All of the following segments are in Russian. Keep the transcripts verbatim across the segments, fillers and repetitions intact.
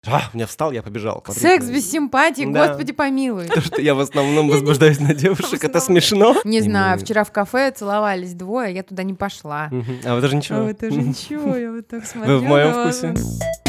А, у меня встал, я побежал. Секс без симпатии, Да. Господи помилуй. То, что я в основном возбуждаюсь на девушек, это смешно. Не знаю, мы- вчера в кафе целовались двое, я туда не пошла. Мгм. А вы даже А ничего. вот тоже ничего, я вот так смотрю. Вы в моем на вас. вкусе.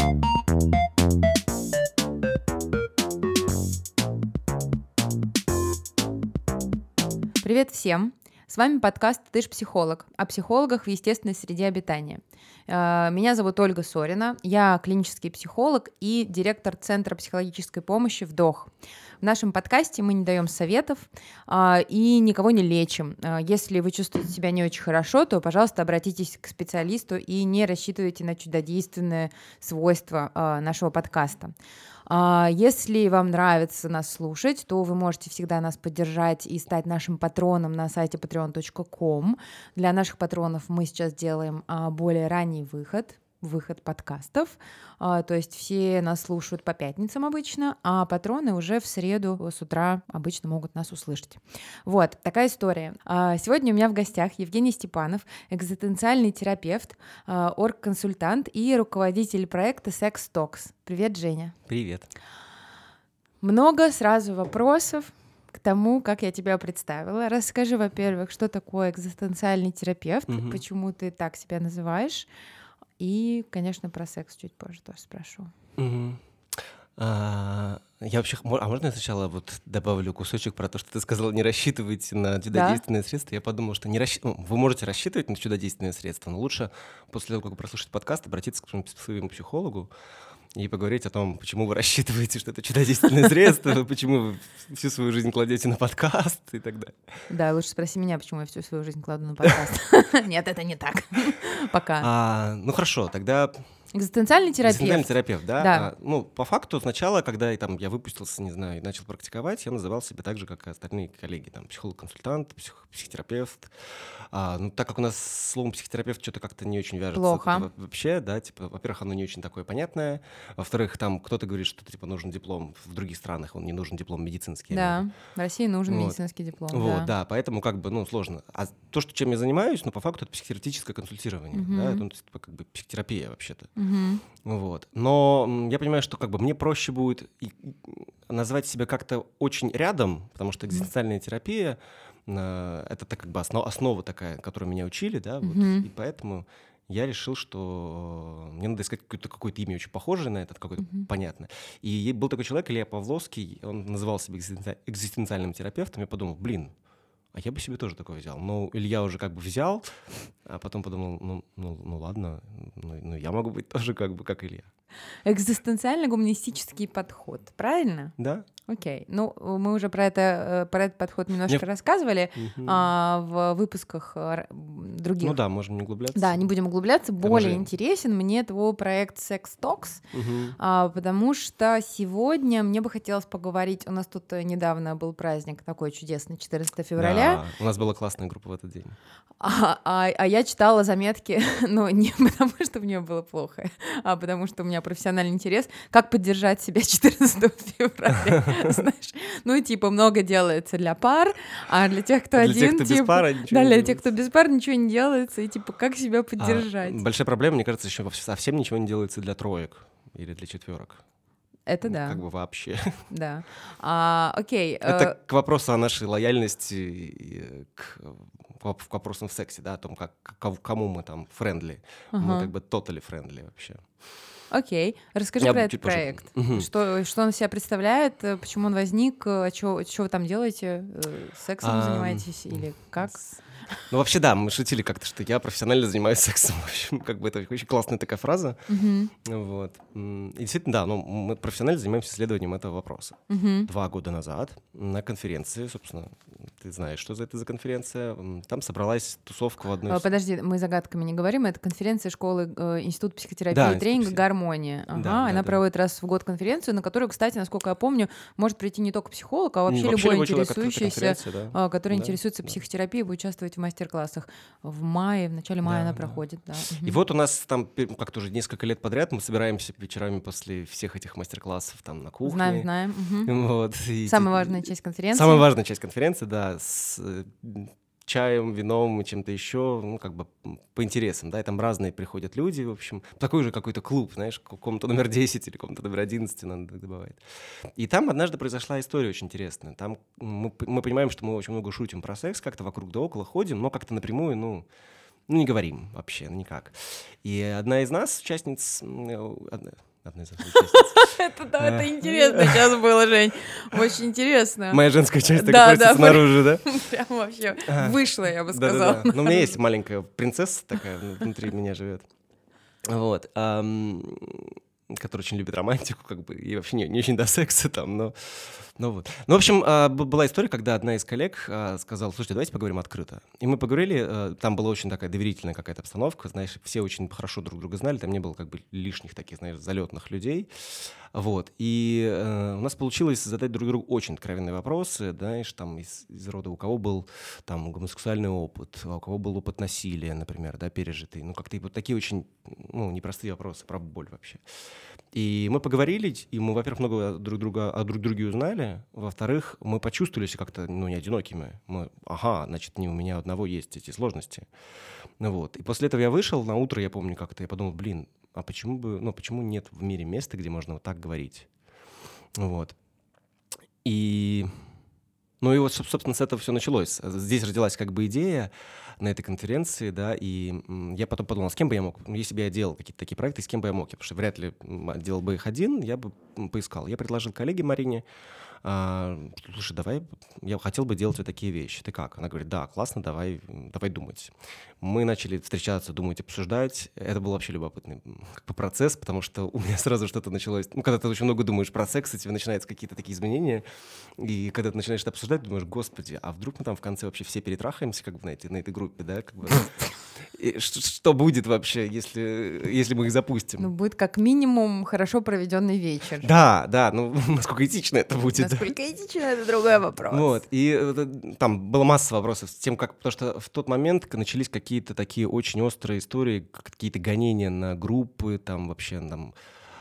Привет всем! С вами подкаст «Ты ж психолог» о психологах в естественной среде обитания. Э, Меня зовут Ольга Сорина, я клинический психолог и директор Центра психологической помощи «Вдох». В нашем подкасте мы не даем советов а, и никого не лечим. А, Если вы чувствуете себя не очень хорошо, то, пожалуйста, обратитесь к специалисту и не рассчитывайте на чудодейственные свойства а, нашего подкаста. А, Если вам нравится нас слушать, то вы можете всегда нас поддержать и стать нашим патроном на сайте patreon точка com. Для наших патронов мы сейчас делаем а, более ранний выход, выход подкастов. А, То есть все нас слушают по пятницам обычно, а патроны уже в среду с утра обычно могут нас услышать. Вот, такая история. А, Сегодня у меня в гостях Евгений Степанов, экзистенциальный терапевт, а, оргконсультант и руководитель проекта Sex Talks. Привет, Женя. Привет. Много сразу вопросов к тому, как я тебя представила. Расскажи, во-первых, что такое экзистенциальный терапевт, Мгм. почему ты так себя называешь, и, конечно, про секс чуть позже тоже спрошу. Мгм. А, Я вообще, мо- а можно я сначала вот добавлю кусочек про то, что ты сказала, не рассчитывайте на чудодейственные средства? Я подумал, что не расщ- ну, вы можете рассчитывать на чудодейственные средства, но лучше после того, как вы прослушаете подкаст, обратиться к своему своему психологу и поговорить о том, почему вы рассчитываете, что это чудодейственное средство, почему вы всю свою жизнь кладете на подкаст и так далее. Да, лучше спроси меня, почему я всю свою жизнь кладу на подкаст. Нет, это не так. Пока. А, Ну хорошо, тогда Экзистенциальный экзистенциальный терапевт. терапевт, да? Да. А, ну, по факту, сначала, когда я, там, я выпустился, не знаю, и начал практиковать, я называл себя так же, как и остальные коллеги, там, психолог-консультант, псих- психотерапевт. А, ну, так как у нас с словом психотерапевт что-то как-то не очень вяжется Плохо. это во- вообще, да, типа, во-первых, оно не очень такое понятное, во-вторых, там кто-то говорит, что типа нужен диплом, в других странах он не нужен диплом медицинский. я имею в виду. Да, в России нужен Вот. медицинский диплом. Вот, да. да, поэтому как бы, ну, сложно. А то, что, чем я занимаюсь, ну, по факту, это психотерапевтическое консультирование, Мгм. да, это, ну, типа, как бы психотерапия вообще-то. Мгм. Вот. Но м, я понимаю, что как бы мне проще будет и- и назвать себя как-то очень рядом, потому что экзистенциальная терапия э, это так как бы основ- основа такая, которую меня учили, да, вот, Мгм. и поэтому я решил, что э, мне надо искать какое-то, какое-то имя очень похожее на это, какое-то Мгм. понятное. И е- был такой человек, Илья Павловский, он называл себя экзистенци- экзистенциальным терапевтом, я подумал, блин, а я бы себе тоже такое взял. Но Илья уже как бы взял, а потом подумал, ну, ну, ну ладно, ну, ну я могу быть тоже как бы как Илья. Экзистенциально-гуманистический подход, правильно? Да? Окей. Ну, мы уже про это, э, про этот подход немножко Мне- рассказывали Мгм. а, в выпусках э, р- м, других. Ну да, можем не углубляться. Да, не будем углубляться. мы Более же- интересен мне твой проект Sex Talks, Мгм. а, потому что сегодня мне бы хотелось поговорить. У нас тут э, недавно был праздник такой чудесный, четырнадцатого февраля. Да, у нас была классная группа в этот день. А, а- а я читала заметки, но не потому, что мне было плохо, а потому что у меня профессиональный интерес, как поддержать себя четырнадцатого февраля, знаешь. Ну, и типа много делается для пар, а для тех, кто Для один, тех, кто без типа, пары, ничего да, не для делается. тех, кто без пар, ничего не делается, и типа как себя А, поддержать. большая проблема, мне кажется, еще совсем ничего не делается для троек или для четверок. Это Ну, да, Как бы вообще. да. А, окей. Это э, к вопросу о нашей лояльности и к, воп- к вопросам в сексе, да, о том, как, к кому мы там френдли. Мы ага. как бы totally friendly вообще. Окей, расскажи Я про бы этот чуть позже- проект. Мгм. Что, что он из себя представляет, э, почему он возник, э, чё- чё вы там делаете, э, сексом Ам, занимаетесь или как? Ну, вообще, да, мы шутили как-то, что я профессионально занимаюсь сексом. В общем, как бы это очень классная такая фраза. Мгм, Вот. М, И действительно, да, ну, мы профессионально занимаемся исследованием этого вопроса. мгм. Два года назад на конференции, собственно, ты знаешь, что за это за конференция, м, там собралась тусовка в одной Э, из... Подожди, мы загадками не говорим, это конференция школы э, Института психотерапии Да, и Институт тренинга пси- «Гармония». Ага, Да, да, она да. проводит раз в год конференцию, на которую, кстати, насколько я помню, может прийти не только психолог, а вообще, М, любой, любой человек, открытая интересующийся, конференция, да. а, который Да, интересуется да. психотерапией, будет участвовать в мастер-классах. В мае, в начале мая Да, она да. проходит, да. И Мгм. вот у нас там пе- как-то уже несколько лет подряд мы собираемся вечерами после всех этих мастер-классов там на кухне. Знаем, знаем. мгм. Вот, и Самая те- важная часть конференции. Самая важная часть конференции, да, с э, м, чаем, вином и чем-то еще, ну, как бы по интересам, да, и там разные приходят люди, в общем, такой же какой-то клуб, знаешь, комната номер десять или комната номер одиннадцать, иногда бывает. И там однажды произошла история очень интересная. Там мы, мы понимаем, что мы очень много шутим про секс, как-то вокруг да около ходим, но как-то напрямую, ну, ну, не говорим вообще, никак. И одна из нас, участниц, одна, одна из нас участниц. Это да, это интересно сейчас было, Жень. Очень интересно. Моя женская часть так просто снаружи, да? Прям вообще вышла, я бы сказала. Да-да-да. Ну, у меня есть маленькая принцесса такая, внутри меня живет. Вот. Которая очень любит романтику, как бы, и вообще не, не очень до секса там, но, но вот. Ну, в общем, а, была история, когда одна из коллег а, сказала: слушайте, давайте поговорим открыто. И мы поговорили, а, там была очень такая доверительная какая-то обстановка, знаешь, все очень хорошо друг друга знали, там не было как бы лишних таких, знаешь, залетных людей. Вот. И э, у нас получилось задать друг другу очень откровенные вопросы, знаешь, там из, из рода, у кого был там гомосексуальный опыт, а у кого был опыт насилия, например, да, пережитый. Ну, как-то вот такие очень, ну, непростые вопросы про боль вообще. И мы поговорили, и мы, во-первых, много друг друга о друг друге узнали, во-вторых, мы почувствовали себя как-то, ну, не одинокими. Мы, ага, значит, не у меня одного есть эти сложности. Ну, вот. И после этого я вышел на утро, я помню как-то, я подумал, блин, а почему бы, ну, почему нет в мире места, где можно вот так говорить? Вот. И, ну, и вот, собственно, с этого все началось. Здесь родилась как бы идея на этой конференции, да, и я потом подумал, с кем бы я мог, если бы я делал какие-то такие проекты, с кем бы я мог, потому что вряд ли делал бы их один, я бы поискал. Я предложил коллеге Марине: а, слушай, давай, я хотел бы делать вот такие вещи. Ты как? Она говорит: да, классно, давай, давай думать. Мы начали встречаться, думать, обсуждать. Это был вообще любопытный как бы процесс, потому что у меня сразу что-то началось. Ну, когда ты очень много думаешь про секс, у тебя начинаются какие-то такие изменения. И когда ты начинаешь это обсуждать, думаешь: господи, а вдруг мы там в конце вообще все перетрахаемся, как бы, на, эти, на этой группе, да? Как бы, что, что будет вообще, если, если мы их запустим? Ну, будет как минимум хорошо проведенный вечер. Да, да, ну, насколько этично это будет. Насколько этично, это другой вопрос. Вот, и э, там была масса вопросов с тем, как, потому что в тот момент начались какие-то такие очень острые истории, какие-то гонения на группы, там вообще там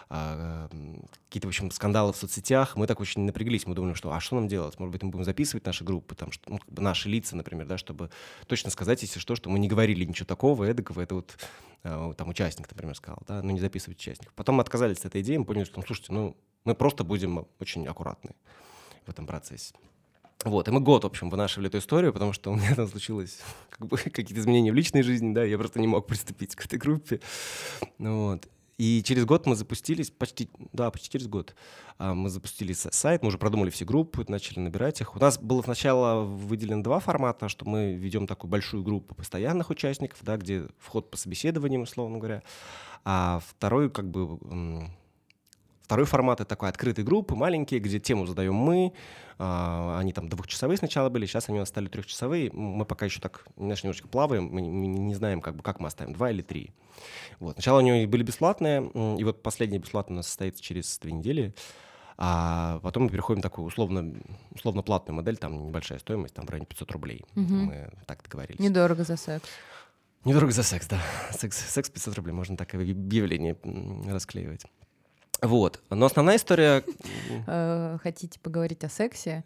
а, какие-то, в общем, скандалы в соцсетях. Мы так очень напряглись, мы думали, что а что нам делать? Может быть, мы будем записывать наши группы, там, что, ну, как бы наши лица, например, да, чтобы точно сказать, если что, что мы не говорили ничего такого, эдакого, это вот а, там участник, например, сказал, да, ну не записывать участников. Потом мы отказались от этой идеи, мы поняли, что, ну, слушайте, ну, мы просто будем очень аккуратны в этом процессе. Вот, и мы год, в общем, вынашивали эту историю, потому что у меня там случилось как бы какие-то изменения в личной жизни, да, я просто не мог приступить к этой группе. Ну, вот. И через год мы запустились, почти, да, почти через год, а, мы запустили сайт, мы уже продумали все группы, начали набирать их. У нас было сначала выделено два формата, что мы ведем такую большую группу постоянных участников, да, где вход по собеседованиям, условно говоря, а второй, как бы, второй формат — это такой открытой группы, маленькие, где тему задаем мы. А, они там двухчасовые сначала были, сейчас они у нас стали трехчасовые. Мы пока еще так, знаешь, немножечко плаваем, мы не, не знаем, как бы, как мы оставим, два или три. Вот. Сначала они были бесплатные, и вот последний бесплатный у нас состоится через две недели. А потом мы переходим в такую условно, условно платную модель, там небольшая стоимость, там в районе пятьсот рублей. Угу. Мы так договорились. Недорого за секс. Недорого за секс, да. Секс, секс пятьсот рублей, можно так и объявление расклеивать. Вот. Но основная история... Хотите поговорить о сексе?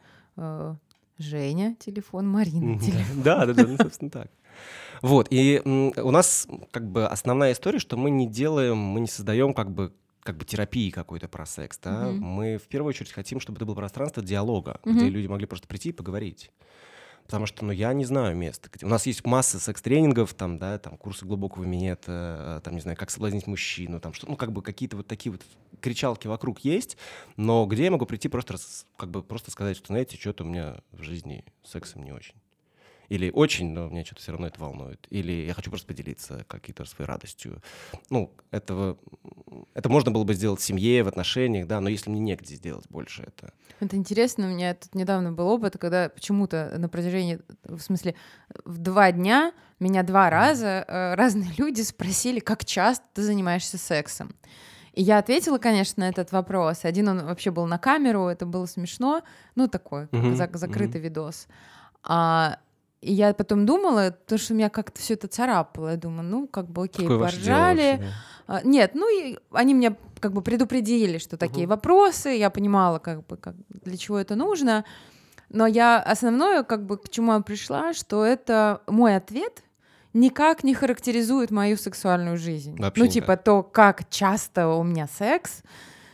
Женя, телефон, Марина, телефон. Да, да, да, ну, собственно, так. Вот. И у нас как бы основная история, что мы не делаем, мы не создаем как бы как бы терапии какой-то про секс, да. Uh-huh. Мы в первую очередь хотим, чтобы это было пространство диалога, uh-huh. где люди могли просто прийти и поговорить. Потому что, ну, я не знаю места. У нас есть масса секс-тренингов, там, да, там, курсы глубокого минета, там, не знаю, как соблазнить мужчину, там, что, ну, как бы какие-то вот такие вот кричалки вокруг есть, но где я могу прийти просто, как бы, просто сказать, что, знаете, что-то у меня в жизни сексом не очень. Или очень, но меня что-то все равно это волнует. Или я хочу просто поделиться какой-то своей радостью. Ну, этого, это можно было бы сделать в семье, в отношениях, да, но если мне негде сделать больше это. Это интересно, у меня тут недавно был опыт, когда почему-то на протяжении, в смысле, в два дня меня два раза э, разные люди спросили, как часто ты занимаешься сексом. И я ответила, конечно, на этот вопрос. Один он вообще был на камеру, это было смешно, ну, такой, mm-hmm. зак- закрытый mm-hmm. видос. А И я потом думала, потому что меня как-то все это царапало. Я думаю, ну, как бы окей, какое поржали. Вообще, да? а, нет, ну, и они меня как бы предупредили, что такие uh-huh. вопросы. Я понимала, как бы, как, для чего это нужно. Но я основное, как бы, к чему я пришла, что это мой ответ никак не характеризует мою сексуальную жизнь. Вообще ну, никак. типа, то, как часто у меня секс,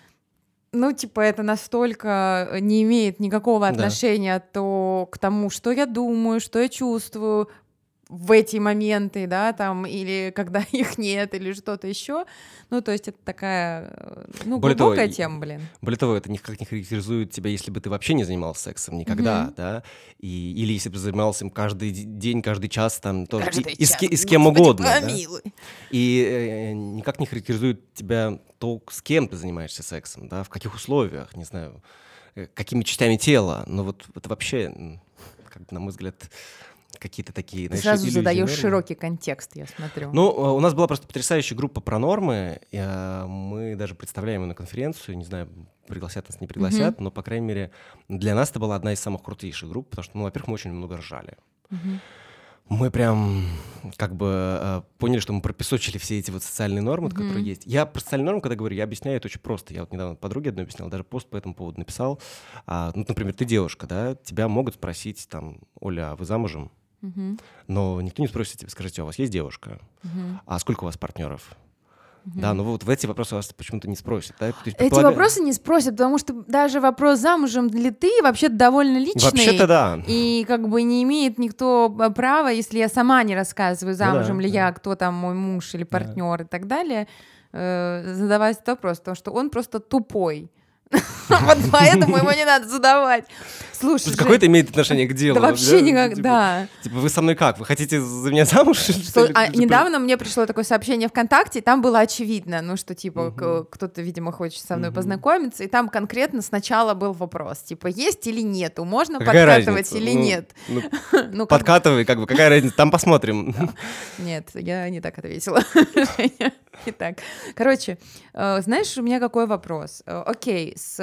ну, типа, это настолько не имеет никакого Да. отношения то к тому, что я думаю, что я чувствую в эти моменты, да, там, или когда их нет, или что-то еще. Ну, то есть это такая, э, ну, Более того, глубокая и- тема, блин. Более того, это никак не характеризует тебя, если бы ты вообще не занимался сексом никогда, Мгм. да, и, или если бы ты занимался им каждый д- день, каждый час, там, тоже, и, Каждый и с, час. ке- и с кем Господи, угодно, да, помилуй. и э, никак не характеризует тебя то, с кем ты занимаешься сексом, да, в каких условиях, не знаю, э, какими частями тела, но вот это вообще, м, как бы, на мой взгляд, какие-то такие, Ты знаешь, сразу иллюзии задаешь нормы. широкий контекст, я смотрю. Ну, э, у нас была просто потрясающая группа про нормы. и, э, Мы даже представляем ее на конференцию. Не знаю, пригласят нас, не пригласят, Мгм. но, по крайней мере, для нас это была одна из самых крутейших групп, потому что, ну, во-первых, мы очень много ржали. Мгм. Мы прям как бы э, поняли, что мы пропесочили все эти вот социальные нормы, которые Мгм. есть. Я про социальные нормы, когда говорю, я объясняю это очень просто. Я вот недавно подруге одной объяснял, даже пост по этому поводу написал. А, ну, например, ты девушка, да, тебя могут спросить там: Оля, а вы замужем? Мгм. Но никто не спросит тебя, скажите, а у вас есть девушка? Мгм. А сколько у вас партнеров? Мгм. Да, ну вот в эти вопросы вас почему-то не спросят. Да? То есть Эти предполага- вопросы не спросят, потому что даже вопрос, замужем ли ты, вообще довольно личный. Вообще-то да. И как бы не имеет никто э, права, если я сама не рассказываю, Ну да, замужем ли да. я, кто там мой муж или партнер и так далее, э, задавать этот вопрос, потому что он просто тупой. Вот поэтому его не надо задавать. Слушай, Слушай, Жень, какое это имеет отношение к делу? да вообще да? никак, Типа- да. Типа, вы со мной как? Вы хотите за меня замуж? Что Что- ли? а Типа- недавно мне пришло такое сообщение ВКонтакте, и там было очевидно, ну что типа к- Мгм. кто-то, видимо, хочет со мной Мгм. познакомиться, и там конкретно сначала был вопрос, типа есть или нету, можно А какая подкатывать разница? или Ну, нет. ну, Ну, как- подкатывай, как бы, какая разница? Там посмотрим. Нет, я не так ответила. Женя. Итак, короче, э, знаешь, у меня какой вопрос? Э, Окей, с,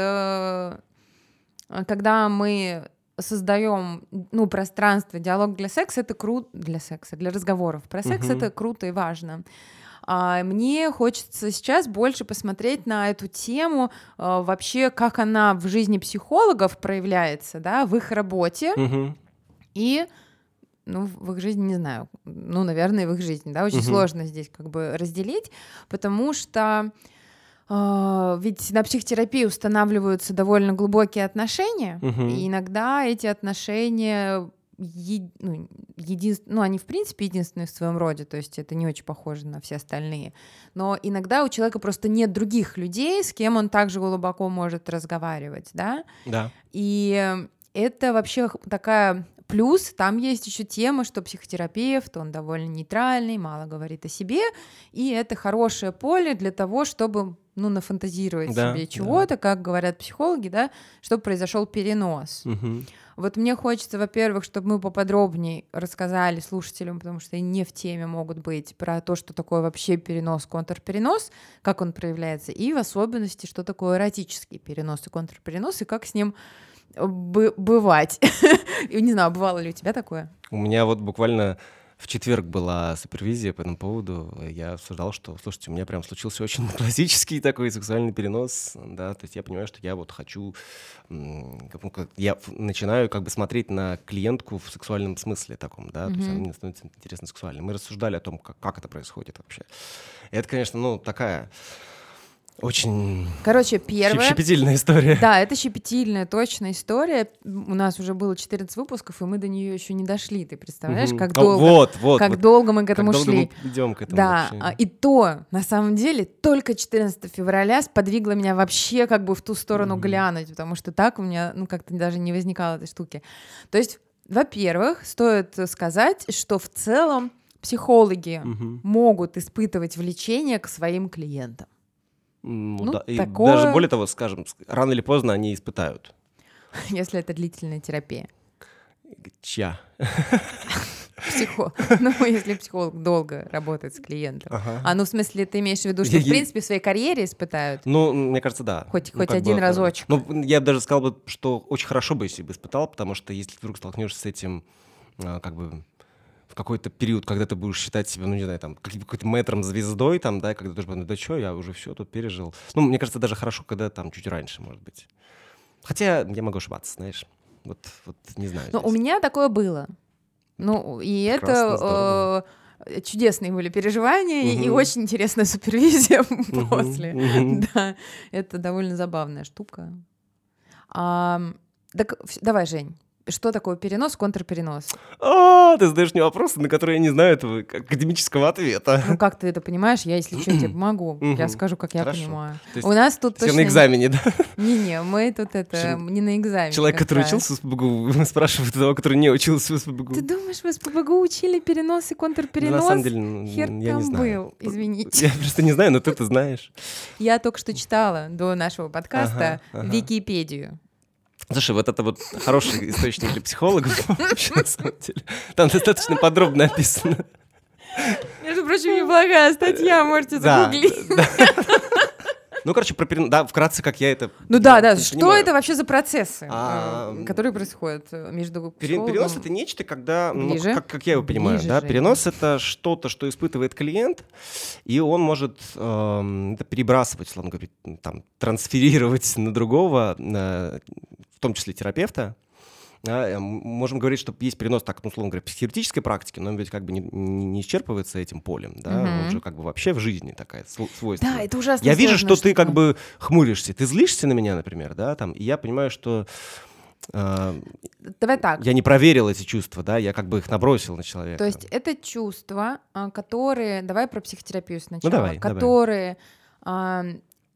э, когда мы создаем, ну, пространство, диалог для секса, это круто, для секса, для разговоров про секс, Мгм. это круто и важно. А мне хочется сейчас больше посмотреть на эту тему, э, вообще, как она в жизни психологов проявляется, да, в их работе Мгм. и, ну, в их жизни, не знаю, ну, наверное, в их жизни, да, очень Мгм. сложно здесь как бы разделить, потому что а, ведь на психотерапии устанавливаются довольно глубокие отношения, Мгм. и иногда эти отношения е- ну, един- ну, они в принципе единственные в своем роде, то есть это не очень похоже на все остальные. Но иногда у человека просто нет других людей, с кем он также глубоко может разговаривать, да. Да. И это вообще х- такая плюс. Там есть еще тема, что психотерапевт, он довольно нейтральный, мало говорит о себе, и это хорошее поле для того, чтобы, ну, нафантазировать Да, себе да. чего-то, как говорят психологи, да, чтобы произошел перенос. Мгм. Вот мне хочется, во-первых, чтобы мы поподробнее рассказали слушателям, потому что они не в теме могут быть, про то, что такое вообще перенос, контрперенос, как он проявляется, и в особенности, что такое эротический перенос и контрперенос, и как с ним э, бы- бывать. И не знаю, бывало ли у тебя такое? У меня вот буквально в четверг была супервизия по этому поводу. Я обсуждал, что, слушайте, у меня прям случился очень классический такой сексуальный перенос, да, то есть я понимаю, что я вот хочу, м, как- ну, как- я ф- начинаю как бы смотреть на клиентку в сексуальном смысле таком, да, то есть она Мгм. мне становится интересно сексуальной. Мы рассуждали о том, как, как это происходит вообще. И это, конечно, ну, такая очень Короче, щеп- первое... щепетильная история. Да, это щепетильная, точная история. М, У нас уже было четырнадцать выпусков, и мы до нее еще не дошли. Ты представляешь, Мгм. как О, долго, Вот, вот, как вот. долго мы к Как этому долго шли. мы идем к этому Да, вообще. а, и то, на самом деле, только четырнадцатого февраля сподвигло меня вообще как бы в ту сторону Мгм. глянуть, потому что так у меня, ну, как-то даже не возникало этой штуки. То есть, во-первых, стоит сказать, что в целом психологи Мгм. могут испытывать влечение к своим клиентам. Ну, Ну, да, и такое- даже более того, скажем, ск- рано или поздно они испытают. Если это длительная терапия. Чья? Психо... Ну, если психолог долго работает с клиентом. Ага. А, ну, в смысле, ты имеешь в виду, что, Я- в я- принципе, в своей карьере испытают? Ну, мне кажется, да. Хоть- Ну, хоть как один бы, э, разочек. Ну, я бы даже сказал бы, что очень хорошо бы, если бы испытал, потому что если вдруг столкнешься с этим, а, как бы в какой-то период, когда ты будешь считать себя, ну, не знаю, там, каким- какой-то мэтром, звездой, там, да, и когда ты думаешь, ну, да что, я уже все тут пережил. Ну, мне кажется, даже хорошо, когда там чуть раньше, может быть. Хотя я могу ошибаться, знаешь. Вот, вот не знаю. Ну, у меня такое было. Ну, и Прекрасно, это э, чудесные были переживания и, и Мгм. очень интересная супервизия Мгм, после. мгм. Да, это довольно забавная штука. А, так, вс- давай, Жень, что такое перенос, контрперенос? А, ты задаешь мне вопросы, на которые я не знаю этого академического ответа. Ну, как ты это понимаешь? Я, если что, тебе помогу. Я Мгм. скажу, как я Хорошо. понимаю. То есть У нас тут все точно... на экзамене, да? Не-не, мы тут это... Общем, Не на экзамене Человек, как который раз. учился в СПбГУ, спрашивает того, который не учился в СПбГУ. Ты думаешь, вы с ПБГУ учили перенос и Да, контрперенос? на самом деле, н- Хер я там не знаю. был, извините. Я просто не знаю, но ты-то знаешь. Я только что читала до нашего подкаста Ага, ага. Википедию. Слушай, вот это вот хороший источник для психологов вообще, на самом деле. Там достаточно подробно описано. Между прочим, неплохая статья, можете Да, загуглить. да. Ну, короче, про перен- да, вкратце, как я это Ну да, да, не что понимаю. это вообще за процессы, А, э, которые происходят э, между Пере- психологом? Перенос — это нечто, когда, ну, Ближе. как, как я его понимаю, Ближе, да, Женя. перенос — это что-то, что испытывает клиент, и он может эм, это перебрасывать, условно говоря, там, трансферировать на другого, э, в том числе терапевта. Да, э, м- можем говорить, что есть перенос, так, ну, условно говоря, в психотерапевтической практике, но он ведь как бы не, не- не исчерпывается этим полем, да, Мгм. он же как бы вообще в жизни такая св- свойственная. Да, это ужасно Я вижу, сложная что ты штука. как бы хмуришься, ты злишься на меня, например, да, там, и я понимаю, что э, Давай так. я не проверил эти чувства, да, я как бы их набросил на человека. То есть это чувства, а, которые... Давай про психотерапию сначала. давай, давай. Которые а,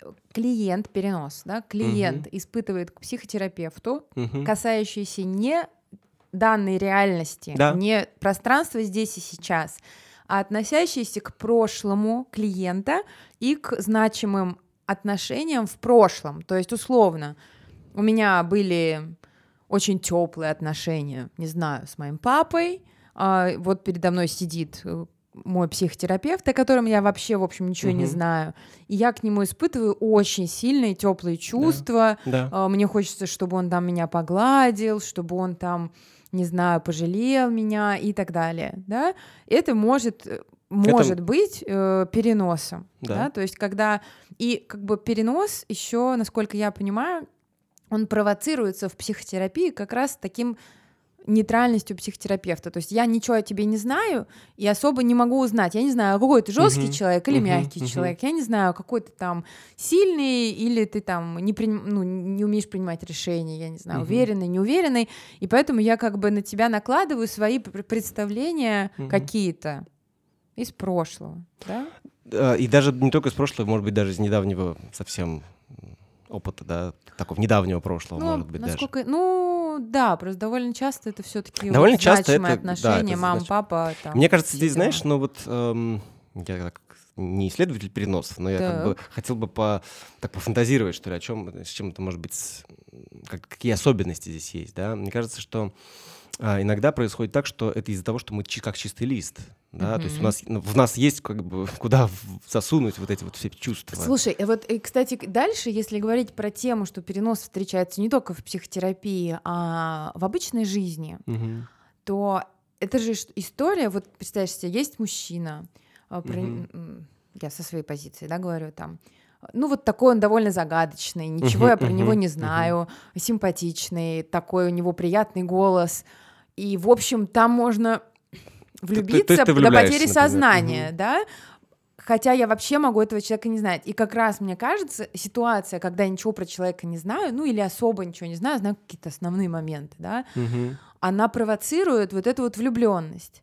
клиент, перенос, да, клиент испытывает к психотерапевту, Мгм. касающиеся не данной реальности, Да. не пространства здесь и сейчас, а относящиеся к прошлому клиента и к значимым отношениям в прошлом. То есть, условно, у меня были очень теплые отношения, не знаю, с моим папой. А, вот передо мной сидит э, мой психотерапевт, о котором я вообще, в общем, ничего не Мгм. знаю. И я к нему испытываю очень сильные теплые чувства. Да. А, Мне хочется, чтобы он там меня погладил, чтобы он там, не знаю, пожалел меня и так далее. Да? Это может, э, может быть э, переносом. Да. Да? То есть когда... И как бы перенос еще, насколько я понимаю, он провоцируется в психотерапии как раз таким нейтральностью психотерапевта. То есть я ничего о тебе не знаю и особо не могу узнать. Я не знаю, какой ты жесткий Мгм. человек или Мгм. мягкий Мгм. человек. Я не знаю, какой ты там сильный или ты там не, приним- ну, не умеешь принимать решения. Я не знаю, Мгм. уверенный, неуверенный. И поэтому я как бы на тебя накладываю свои пр- представления Мгм. какие-то из прошлого. Да? Э, И даже не только из прошлого, может быть, даже из недавнего совсем м, опыта, да, такого недавнего прошлого, Ну, может быть, даже. насколько... ну, да, просто довольно часто это все-таки Довольно часто значимые это- да, отношения, это мама, значимо. папа. Там, Мне кажется, все здесь, дела. знаешь, ну вот эм, я как не исследователь переносов, но я как бы Так. хотел бы по, так пофантазировать, что ли, о чем, с чем это может быть, с- как- какие особенности здесь есть, да. Мне кажется, что а, иногда происходит так, что это из-за того, что мы чи- как чистый лист, да, то есть у Мгм. нас, ну, в нас есть как бы куда в- засунуть вот эти вот все чувства. Слушай, э, вот, и, кстати, к- дальше, если говорить про тему, что перенос встречается не только в психотерапии, а в обычной жизни, Мгм. то это же ш- история, вот представь себе, есть мужчина, а, про- Мгм. м, я со своей позиции, да, говорю, там, ну вот такой он довольно загадочный, ничего Мгм, я про него мгм, не знаю, симпатичный, такой у него приятный голос, и, в общем, там можно влюбиться есть ты до влюбляешься, потери например. сознания, Мгм. да, хотя я вообще могу этого человека не знать. И как раз, мне кажется, ситуация, когда я ничего про человека не знаю, ну или особо ничего не знаю, знаю какие-то основные моменты, да, Мгм. она провоцирует вот эту вот влюбленность.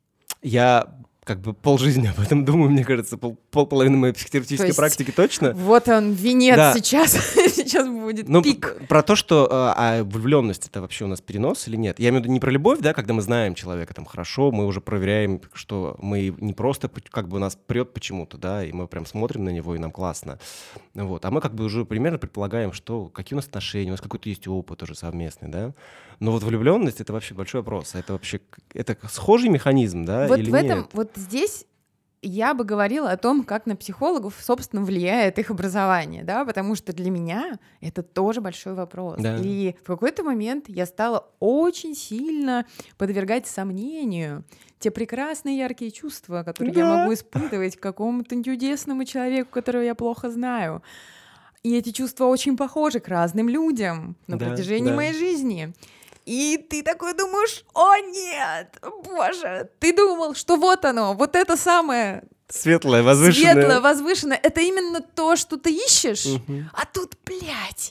Я как бы полжизни об этом думаю, мне кажется, пол, полполовины моей психотерапевтической То есть практики точно. Вот он, венец Да. сейчас, сейчас будет Ну, пик. п- про то, что а, а влюбленность — это вообще у нас перенос или нет. Я имею в виду не про любовь, да, когда мы знаем человека там хорошо, мы уже проверяем, что мы не просто п- как бы нас прет почему-то, да, и мы прям смотрим на него, и нам классно. Вот. А мы как бы уже примерно предполагаем, что какие у нас отношения, у нас какой-то есть опыт уже совместный, да. Но вот влюбленность — это вообще большой вопрос. Это вообще к- это схожий механизм, да, Вот или в этом, нет? вот здесь я бы говорила о том, как на психологов, собственно, влияет их образование, да, потому что для меня это тоже большой вопрос. Да. И в какой-то момент я стала очень сильно подвергать сомнению те прекрасные яркие чувства, которые я Да. могу испытывать к какому-то чудесному человеку, которого я плохо знаю. И эти чувства очень похожи к разным людям на Да, протяжении да. моей жизни. И ты такой думаешь, о нет, боже, ты думал, что вот оно, вот это самое светлое, возвышенное. Светлое, возвышенное, это именно то, что ты ищешь, Угу. а тут, блядь,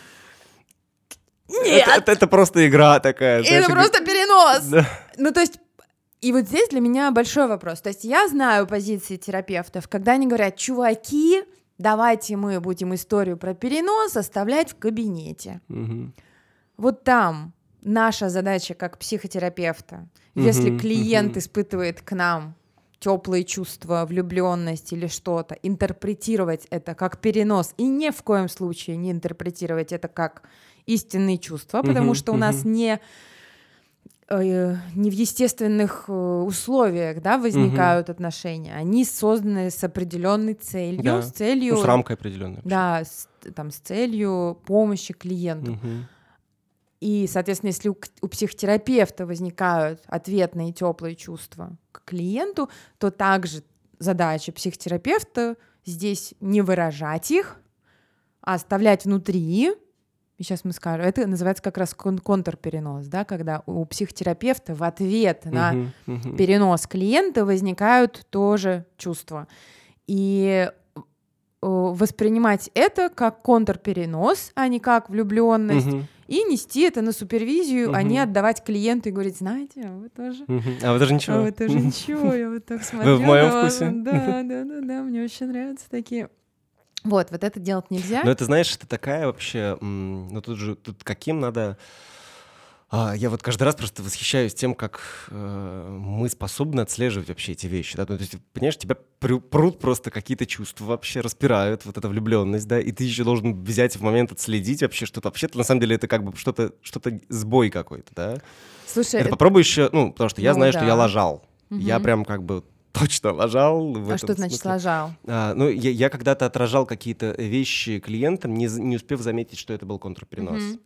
нет. Это, это, это просто игра такая. Это знаешь, просто перенос. Да. Ну, то есть, и вот здесь для меня большой вопрос. То есть я знаю позиции терапевтов, когда они говорят, чуваки, давайте мы будем историю про перенос оставлять в кабинете. Угу. Вот там наша задача как психотерапевта, если Мгм, клиент мгм. испытывает к нам теплые чувства, влюбленность или что-то, интерпретировать это как перенос и ни в коем случае не интерпретировать это как истинные чувства, потому Мгм, что у нас мгм. не э, не в естественных э, условиях, да, возникают отношения. Они созданы с определенной целью, Да. с целью, Ну, с рамкой определенной. да, с, там, с целью помощи клиенту. Мгм. И, соответственно, если у, к- у психотерапевта возникают ответные теплые чувства к клиенту, то также задача психотерапевта здесь не выражать их, а оставлять внутри. И сейчас мы скажем, это называется как раз кон- контрперенос, да, когда у психотерапевта в ответ на Мгм, мгм. перенос клиента возникают тоже чувства. И э, воспринимать это как контрперенос, а не как влюбленность, Мгм, и нести это на супервизию, а не Мгм. отдавать клиенту и говорить, знаете, а вы тоже, мгм. А вы даже а ничего. вы тоже ничего, я вот так смотрю в моем на вас, вкусе. да, да, да, да, мне очень нравятся такие. Вот, вот это делать нельзя. Но это, знаешь, это такая вообще... м, Ну, тут же, тут каким надо... А, я вот каждый раз просто восхищаюсь тем, как э, мы способны отслеживать вообще эти вещи. Да? Ну, то есть, понимаешь, тебя прю- прут просто какие-то чувства вообще, распирают, вот эта влюбленность, да, и ты еще должен взять в момент отследить вообще что-то. Вообще-то, на самом деле, это как бы что-то, что-то сбой какой-то, да. Слушай, Это э, попробуй еще, ну, потому что я ну знаю, что я да. лажал. Я Мгм. прям как бы точно лажал в А этом что значит смысле. лажал? А, ну, я, я когда-то отражал какие-то вещи клиентам, не, з- не успев заметить, что это был контрперенос. Мгм.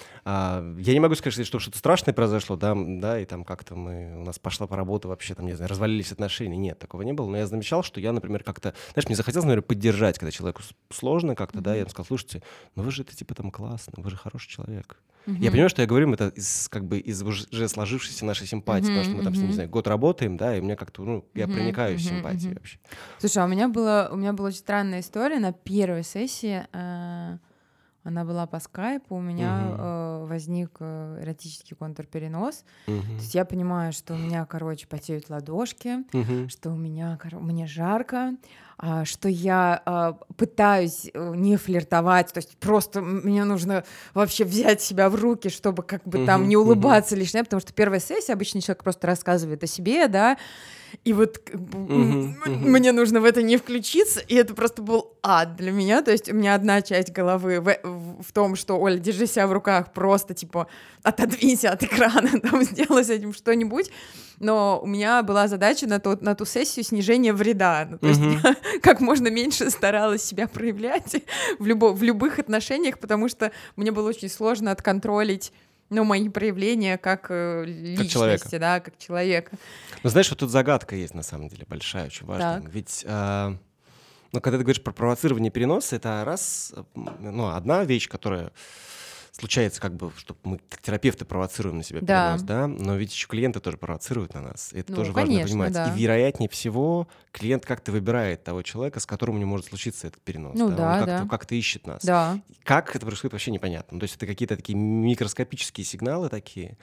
А, я не могу сказать, что что-то страшное произошло, да, м, да, и там как-то мы, у нас пошла по работе вообще, там, не знаю, развалились отношения. Нет, такого не было. Но я замечал, что я, например, как-то, знаешь, мне захотелось, наверное, поддержать, когда человеку с- сложно как-то, да, я ему сказал, слушайте, ну вы же это типа там классно, вы же хороший человек. Я Мгм. понимаю, что я говорю им это из, как бы, из уже сложившейся нашей симпатии, потому что мы там с ним, не Мгм. знаю, год работаем, да, и у меня как-то, ну, я Мгм. проникаюсь Мгм. симпатией Мгм. вообще. Слушай, а у меня была, у меня была очень странная история на первой сессии. э, Она была по скайпу, у меня Мгм. э, возник э, эротический контрперенос. То Мгм. есть я понимаю, что у меня, короче, потеют ладошки, Мгм. что у меня, кор- мне жарко, а, что я а, пытаюсь э, не флиртовать, то есть просто м- мне нужно вообще взять себя в руки, чтобы как бы там Мгм. не Мгм. улыбаться лишнее, потому что первая сессия, обычно человек просто рассказывает о себе, да, и вот как бы, м, Мгм. Мгм. мне нужно в это не включиться, и это просто был ад для меня, то есть у меня одна часть головы в, в- в том, что, Оля, держи себя в руках, просто, типа, отодвинься от экрана, там, сделай с этим что-нибудь, но у меня была задача на ту, на ту сессию снижения вреда, ну, то есть Мгм. я как можно меньше старалась себя проявлять в, любо, в любых отношениях, потому что мне было очень сложно отконтролить, ну, мои проявления как э, Как человека. личности, да, как человека. Ну, знаешь, вот тут загадка есть, на самом деле, большая, очень важная. Так. Ведь, а, ну, когда ты говоришь про провоцирование переноса, это раз, м, ну, одна вещь, которая случается, как бы, что мы, как терапевты, провоцируем на себя Да. перенос, да, но ведь еще клиенты тоже провоцируют на нас. И это Ну, тоже важно конечно, понимать. да. И вероятнее всего клиент как-то выбирает того человека, с которым у него может случиться этот перенос. Ну да? да, Он как-то, да. как-то ищет нас. Да. Как это происходит, вообще непонятно. Ну, то есть это какие-то такие микроскопические сигналы такие.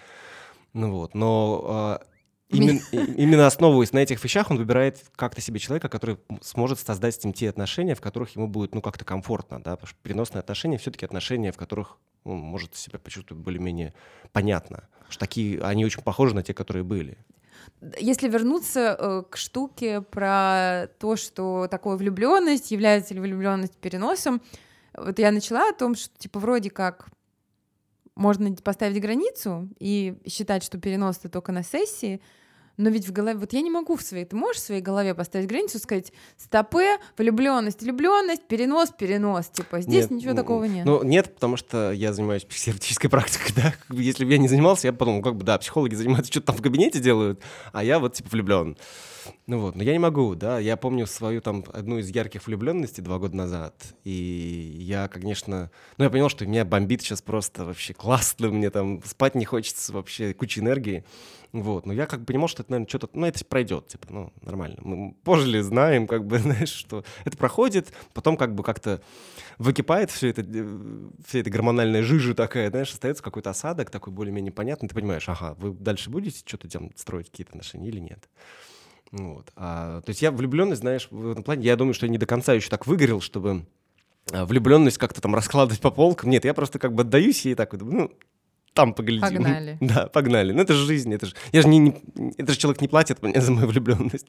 Ну вот, но а, Ми- имен- и- именно основываясь на этих вещах, он выбирает как-то себе человека, который м- сможет создать с ним те отношения, в которых ему будет, ну, как-то комфортно, да, потому что переносные отношения все-таки отношения, в которых он может себя почувствовать более-менее понятно, потому что такие, они очень похожи на те, которые были. Если вернуться э, к штуке про то, что такое влюбленность, является ли влюбленность переносом, вот я начала о том, что типа вроде как можно поставить границу и считать, что перенос это только на сессии, Но ведь в голове... Вот я не могу в своей... Ты можешь в своей голове поставить границу, сказать стопе, влюбленность, влюбленность, перенос, перенос. Типа здесь Нет, ничего м, такого нет. Ну, нет, потому что я занимаюсь психотерапевтической практикой, да. Как бы если бы я не занимался, я бы подумал, как бы, да, психологи занимаются, что-то там в кабинете делают, а я вот, типа, влюблен. Ну вот, но я не могу, да. Я помню свою там одну из ярких влюбленностей два года назад, и я, конечно... Ну, я понял, что меня бомбит сейчас просто вообще классно, мне там спать не хочется вообще, куча энергии. Вот, но я как бы понимал, что это, наверное, что-то, ну, это пройдет, типа, ну, нормально. Мы пожили, знаем, как бы, знаешь, что это проходит, потом как бы как-то выкипает все это, э, вся эта гормональная жижа такая, знаешь, остается какой-то осадок такой более-менее понятный, ты понимаешь, ага, вы дальше будете что-то там строить, какие-то отношения или нет. Вот. А, то есть я влюбленность, знаешь, в этом плане, я думаю, что я не до конца еще так выгорел, чтобы а, влюбленность как-то там раскладывать по полкам. Нет, я просто как бы отдаюсь ей так, вот, ну, там поглядим. Погнали. Да, погнали. Ну, это же жизнь, это же... Я же не, не... Это же человек не платит мне за мою влюбленность.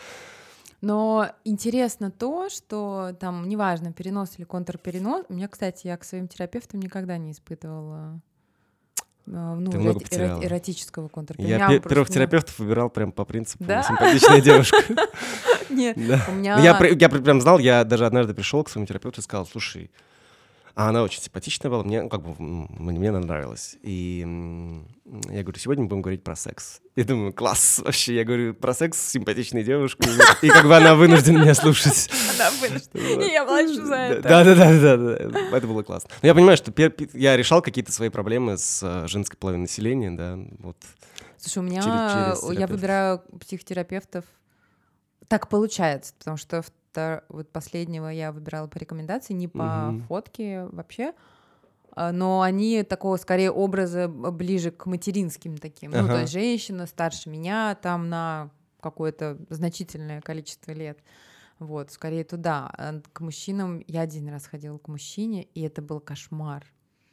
Но интересно то, что там, неважно, перенос или контрперенос, у меня, кстати, я к своим терапевтам никогда не испытывала э, ну, Ты много эроти- потеряла. эро- эротического контрпереноса. Я У меня пе- просто первых не- терапевтов выбирал прям по принципу Да? симпатичная девушка. Нет, Да. у Ну, меня... Я при- я при- прям знал, я даже однажды пришел к своему терапевту и сказал, слушай, а она очень симпатичная была, мне, ну, как бы, м, мне она нравилась. И м, я говорю, сегодня мы будем говорить про секс. Я думаю, класс, вообще, я говорю про секс с симпатичной девушкой, и как бы она вынуждена меня слушать. Она вынуждена. И я плачу за это. Да-да-да, это было классно. Но я понимаю, что пер- пи- я решал какие-то свои проблемы с э, женской половиной населения, да, вот. Слушай, у меня... Через- через Я терапевтов. выбираю психотерапевтов... Так получается, потому что втор- вот последнего я выбирала по рекомендации, не по Мгм. фотке вообще, а, но они такого скорее образа б- ближе к материнским таким. Ну, то Ага. есть женщина старше меня там на какое-то значительное количество лет. Вот, скорее туда. А к мужчинам я один раз ходила к мужчине, и это был кошмар.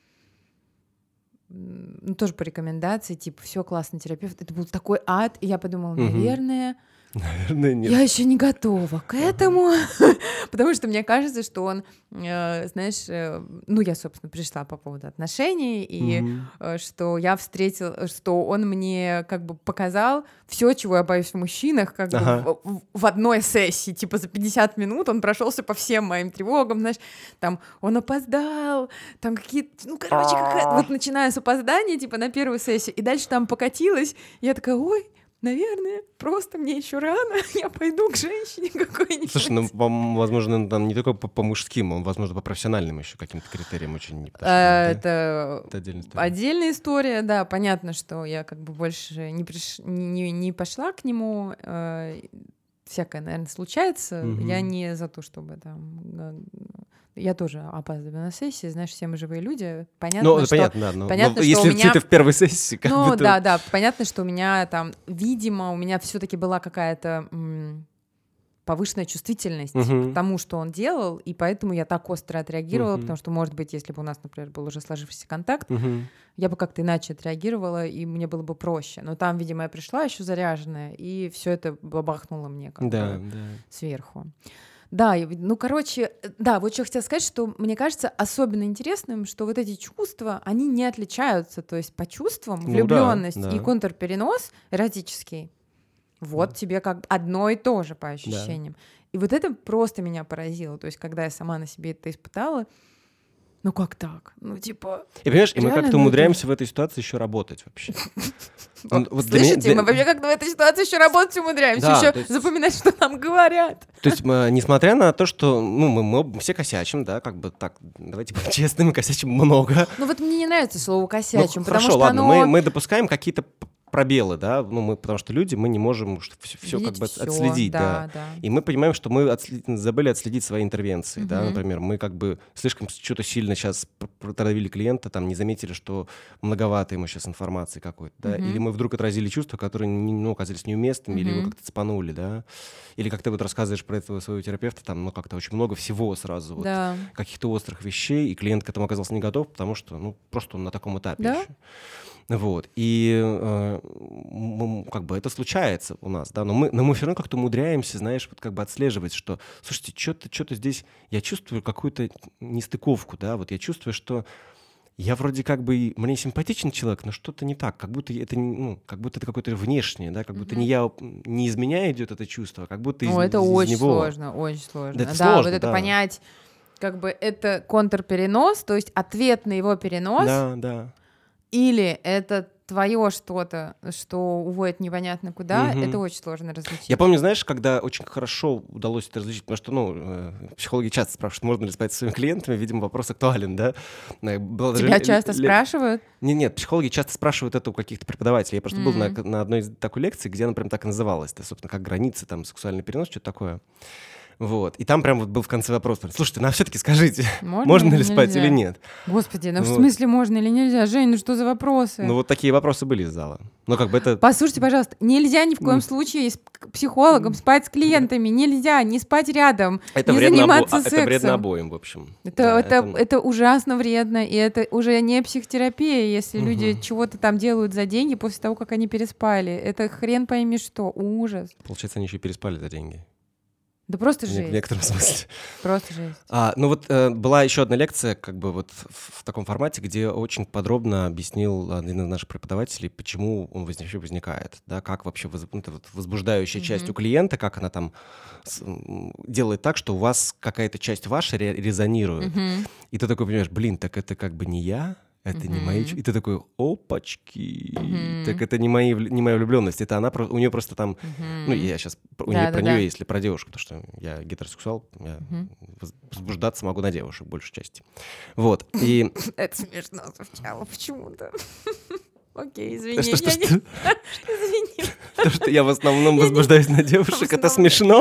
М, Ну, тоже по рекомендации, типа, все классный терапевт. Это был такой ад, и я подумала, Мгм. наверное, Наверное, нет. я еще не готова к этому, потому что мне кажется, что он, э, знаешь, э, ну, я, собственно, пришла по поводу отношений, и Мгм. э, что я встретила, что он мне как бы показал все, чего я боюсь в мужчинах, как бы Ага. в, в- в одной сессии, типа за пятьдесят минут он прошелся по всем моим тревогам, знаешь, там он опоздал, там какие-то, ну, короче, какая- вот начиная с опоздания, типа на первую сессию, и дальше там покатилась, и я такая, ой, наверное, просто мне еще рано, я пойду к женщине какой-нибудь. Слушай, ну, по- возможно, он там не только по, по мужским, он, возможно, по профессиональным еще каким-то критериям очень не подошел, А, да? Это Это отдельная история. отдельная история, да, понятно, что я как бы больше не, приш... не, не пошла к нему, э, всякое, наверное, случается, Мгм. я не за то, чтобы там... э, Я тоже опаздываю на сессии, знаешь, все мы живые люди, понятно, Ну, что... понятно, да. Но, понятно, но что если у меня- ты в первой сессии, как Ну бы то- да, да, понятно, что у меня там, видимо, у меня все-таки была какая-то м, повышенная чувствительность Мгм. к тому, что он делал, и поэтому я так остро отреагировала, Мгм. потому что, может быть, если бы у нас, например, был уже сложившийся контакт, Мгм. я бы как-то иначе отреагировала, и мне было бы проще. Но там, видимо, я пришла еще заряженная, и все это бабахнуло мне как Да, бы да. сверху. Да, и, ну, короче, э, да, вот что хотела сказать, что мне кажется особенно интересным, что вот эти чувства, они не отличаются, то есть по чувствам Ну да, влюбленность да. и контрперенос эротический, вот тебе как бы одно и то же по ощущениям. И вот это просто меня поразило, то есть когда я сама на себе это испытала, ну как так? Ну типа... И понимаешь, и мы Реально, как-то ну, умудряемся в этой ситуации еще работать вообще. Ну, вот для меня- Слышите, для- мы вообще как-то в этой ситуации еще работать умудряемся, Да, еще то есть- запоминать, что нам говорят. То есть, мы, несмотря на то, что ну, мы, мы все косячим, да, как бы так, давайте будем честными, косячим много. Ну вот мне не нравится слово Ну, «косячим», потому хорошо, что ладно, оно... мы, мы допускаем какие-то п- пробелы, да, ну, мы, потому что люди, мы не можем все, как видеть бы всё, отследить, да. да. И мы понимаем, что мы отслед- забыли отследить свои интервенции, да, Мгм. например, мы как бы слишком что-то сильно сейчас протравили клиента, там, не заметили, что многовато ему сейчас информации какой-то, да, Мгм. или мы вдруг отразили чувства, которые, не- ну, оказались неуместными, или его Мгм. как-то цепанули, да, или как ты вот рассказываешь про этого своего терапевта, там, ну, как-то очень много всего сразу, вот, Да. каких-то острых вещей, и клиент к этому оказался не готов, потому что, ну, просто он на таком этапе Да. еще. Вот. И э, м, как бы это случается у нас, да, но мы, но мы все равно как-то умудряемся, знаешь, вот как бы отслеживать, что, слушайте, что-то, что-то здесь, я чувствую какую-то нестыковку, да, вот я чувствую, что я вроде как бы, и- мне симпатичен человек, но что-то не так, как будто это, не- ну, как будто это какое-то внешнее, да, как будто не Мгм. я, не из меня идет это чувство, а как будто из, О, это из- из очень него. сложно, очень Да, сложно. это Да, вот сложно, это да. понять, как бы это контрперенос, то есть ответ на его перенос, Да, да. или это твое что-то, что уводит непонятно куда, это Мгм. очень сложно различить. Я помню, знаешь, когда очень хорошо удалось это различить, потому что, ну, э, психологи часто спрашивают, можно ли спать со своими клиентами, видимо, вопрос актуален, да? Э, была даже Тебя ле- часто ле- спрашивают? Не, нет, психологи часто спрашивают это у каких-то преподавателей. Я просто был на, М. к- на одной из такой лекции, где она прям так и называлась. Это, собственно, как границы, там, сексуальный перенос, что-то такое. Вот. И там прям вот был в конце вопрос. прям, Слушайте, ну а все-таки скажите, Можно можно или ли спать или нельзя? нет? Господи, ну в Вот. смысле можно или нельзя? Жень, ну что за вопросы? Ну вот такие вопросы были из зала. Ну как бы это... Послушайте, пожалуйста, нельзя ни в коем м, случае с к- психологом спать с клиентами, нельзя не спать рядом, Это не вредно, обо- заниматься а, это вредно сексом. обоим, в общем. Это, Да, это, это... это ужасно вредно, и это уже не психотерапия, если люди Мгм. чего-то там делают за деньги после того, как они переспали. Это хрен пойми что, ужас. Получается, они еще и переспали за деньги. Да просто В не- в жесть, некотором смысле. просто жесть. А, ну вот э, была еще одна лекция, как бы вот в, в таком формате, где очень подробно объяснил один из наших преподавателей, почему он воз- вообще возникает, да, как вообще воз- ну, это вот возбуждающая часть у Мгм. клиента, как она там с- м, делает так, что у вас какая-то часть ваша ре- резонирует. Мгм. И ты такой понимаешь, блин, так это как бы не я, это не мои... чу- Мгм. И ты такой, опачки, так Мгм. это не, мои, вл- не моя влюбленность, это она, про- у нее просто там ну, Мгм. я сейчас у нее, про Да-да-да. нее, если про девушку, потому что я гетеросексуал, я Мгм. воз- возбуждаться могу на девушек, большей части. Вот. И Это смешно звучало почему-то. Окей, то, извини, что, что, я не... что, Извини. то, что я в основном возбуждаюсь на девушек, это основном. смешно.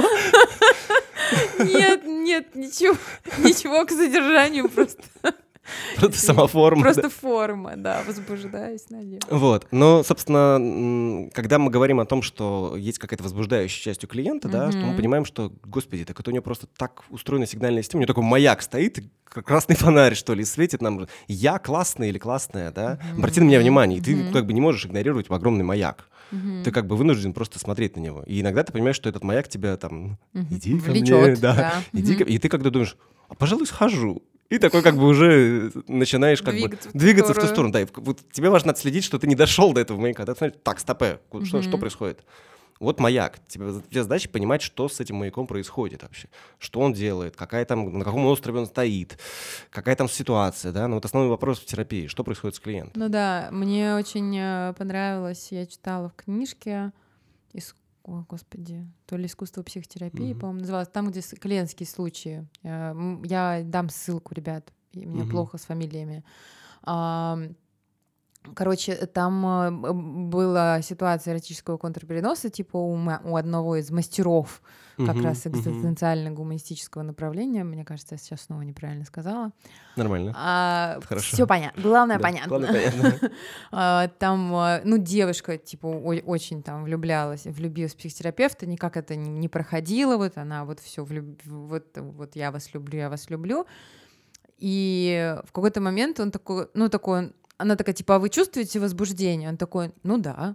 Нет, нет, ничего, ничего к содержанию, просто, Просто сама форма. да. просто форма, да, возбуждаюсь, наверное. Вот. Но, собственно, м, когда мы говорим о том, что есть какая-то возбуждающая часть у клиента, да, что мы Мгм. понимаем, что, господи, так это у нее просто так устроена сигнальная система, у нее такой маяк стоит, и к- красный фонарь, что ли, светит нам. Я классная или классная, да? Обрати на меня внимание, и ты Мгм. как бы не можешь игнорировать огромный маяк. Мгм. Ты как бы вынужден просто смотреть на него. И иногда ты понимаешь, что этот маяк тебя там, Мгм. иди ко мне, Влечет, да, да. иди Мгм. ко... И ты когда думаешь, а пожалуй, схожу. И такой как бы уже начинаешь как Двигаться в бы ту двигаться в ту сторону. сторону. Да, и в- вот тебе важно отследить, что ты не дошел до этого маяка. Да, ты смотришь, так, стопэ, ку- что, что Мгм. происходит? Вот маяк. Тебе, тебе задача понимать, что с этим маяком происходит вообще. Что он делает, какая там, на каком острове он стоит, какая там ситуация. Да? Ну, вот основной вопрос в терапии. Что происходит с клиентом? Ну да, мне очень э, понравилось, я читала в книжке, ис- о, господи, то ли искусство психотерапии, Мгм. по-моему, называлось, там, где с- клиентские случаи. Э, м, Я дам ссылку, ребят, и мне Мгм. плохо с фамилиями. Ам, Короче, там э, м, была ситуация эротического контрпереноса, типа у, ма- у одного из мастеров как Мгм, раз мгм. экзистенциально-гуманистического направления. Мне кажется, я сейчас снова неправильно сказала. Нормально. Хорошо. Все понятно. Главное, Да, понятно. главное, понятно. А, Там, а, ну, девушка, типа, о- очень там влюблялась, влюбилась в психотерапевта, никак это не, не проходило, вот она вот все, вот, вот я вас люблю, я вас люблю. И в какой-то момент он такой, ну, такой, она такая, типа, а вы чувствуете возбуждение? Он такой, ну да.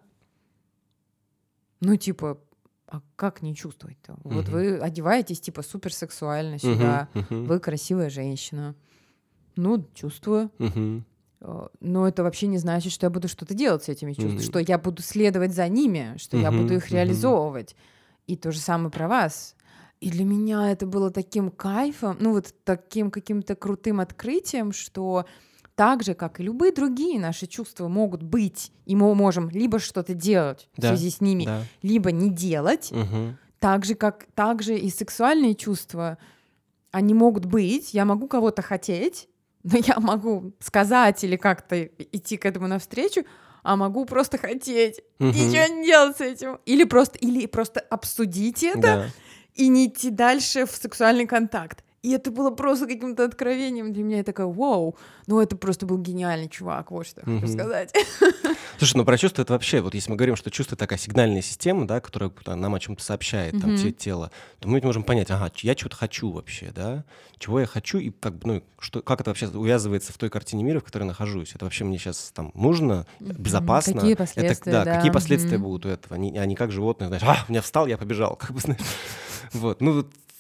Ну, типа, а как не чувствовать-то? Вот Мгм. вы одеваетесь, типа, суперсексуально сюда, Мгм, мгм, вы красивая женщина. Ну, чувствую. мгм. Э, Но это вообще не значит, что я буду что-то делать с этими чувствами, Мгм. что я буду следовать за ними, что я буду Мгм, их мгм. реализовывать. И то же самое про вас. И для меня это было таким кайфом, ну вот таким каким-то крутым открытием, что так же, как и любые другие наши чувства могут быть, и мы можем либо что-то делать в Да, связи с ними, да. либо не делать, Мгм. так же, как так же и сексуальные чувства, они могут быть, я могу кого-то хотеть, но я могу сказать или как-то идти к этому навстречу, а могу просто хотеть и Мгм. ничего не делать с этим. Или просто, или просто обсудить это Да. и не идти дальше в сексуальный контакт. И это было просто каким-то откровением для меня. Я такая, вау, ну это просто был гениальный чувак, вот что я хочу Мгм. сказать. Слушай, ну про чувства это вообще, вот если мы говорим, что чувство такая сигнальная система, да, которая как-то нам о чем-то сообщает, там, Мгм. те- тело, то мы ведь можем понять, ага, ч- я чего-то хочу вообще, да, чего я хочу, и как бы, ну, что, как это вообще увязывается в той картине мира, в которой я нахожусь. Это вообще мне сейчас там нужно, Мгм. безопасно. Какие Это, последствия, да, да. какие последствия Мгм. будут у этого? Они, они как животные, знаешь, а, у меня встал, я побежал, как бы, знаешь. Вот, ну, вот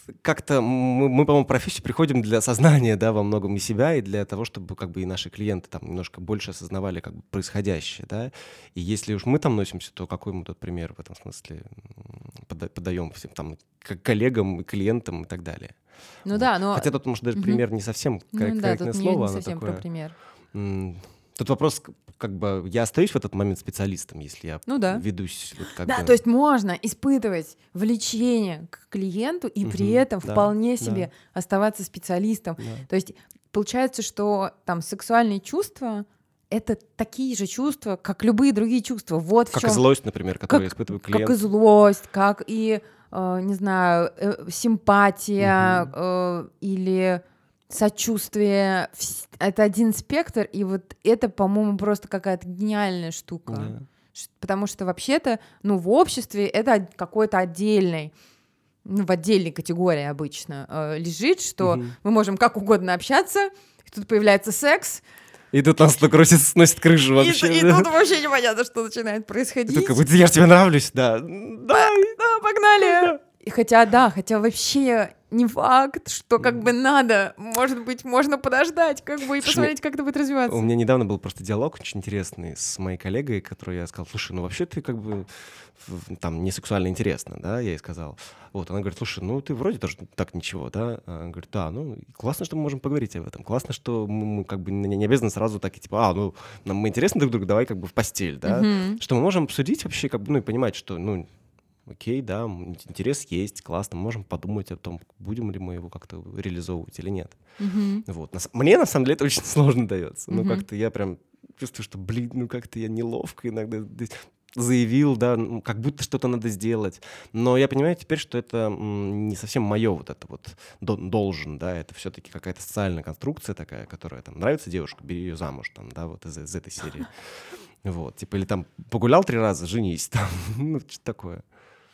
как-то мы, мы, по-моему, в профессию приходим для осознания, да, во многом и себя, и для того, чтобы как бы и наши клиенты там немножко больше осознавали как бы происходящее, да. И если уж мы там носимся, то какой мы тут пример в этом смысле пода- подаем всем там к коллегам, и клиентам и так далее. Ну Вот. да, но... Хотя тут, может, даже Мгм. пример не совсем кор- Ну да, корректное тут не, слово, не оно совсем про такое... пример. м, Тут вопрос, к- как бы, я остаюсь в этот момент специалистом, если я Ну да. ведусь вот как Да, бы... то есть можно испытывать влечение к клиенту и при Мгм. этом Да, вполне да, себе оставаться специалистом. да. То есть получается, что там сексуальные чувства — это такие же чувства, как любые другие чувства. Вот в Как и чем, злость, например, которую как, испытывает как и клиент. злость, как и, э, не знаю, э, симпатия Мгм. э, или сочувствие. Вс- Это один спектр, и вот это, по-моему, просто какая-то гениальная штука. Да. Ш- Потому что вообще-то, ну, в обществе это од- какой-то отдельный, ну, в отдельной категории обычно э, лежит, что Мгм. мы можем как угодно общаться, и тут появляется секс, И тут нас только сносит, сносит крышу и, вообще. и да. тут вообще непонятно, что начинает И происходить. тут как бы, я же тебе нравлюсь, да. Да, Да, погнали! И хотя, да, хотя вообще не факт, что как бы надо, может быть, можно подождать, как бы, и Слушай, посмотреть, как это будет развиваться. у меня недавно был просто диалог очень интересный с моей коллегой, которой я сказал, слушай, ну вообще ты как бы в- там не сексуально интересно, да, я ей сказал. Вот, она говорит, слушай, ну ты вроде тоже так ничего, да. Она говорит, да, ну классно, что мы можем поговорить об этом, классно, что мы, мы как бы не, не обязаны сразу так и типа, а, ну нам мы интересны друг другу, давай как бы в постель, да. Мгм. Что мы можем обсудить вообще, как бы, ну и понимать, что, ну, окей, да, м, интерес есть, классно, мы можем подумать о том, будем ли мы его как-то реализовывать или нет. Мгм. Вот. На с- Мне, на самом деле, это очень сложно дается. Ну, Мгм. как-то я прям чувствую, что, блин, ну, как-то я неловко иногда здесь заявил, да, ну, как будто что-то надо сделать. Но я понимаю теперь, что это м, не совсем мое вот это вот до- должен, да, это все-таки какая-то социальная конструкция такая, которая там нравится девушка, бери ее замуж, там, да, вот из, из этой серии. Вот, типа, или там погулял три раза, женись, там, ну, что такое.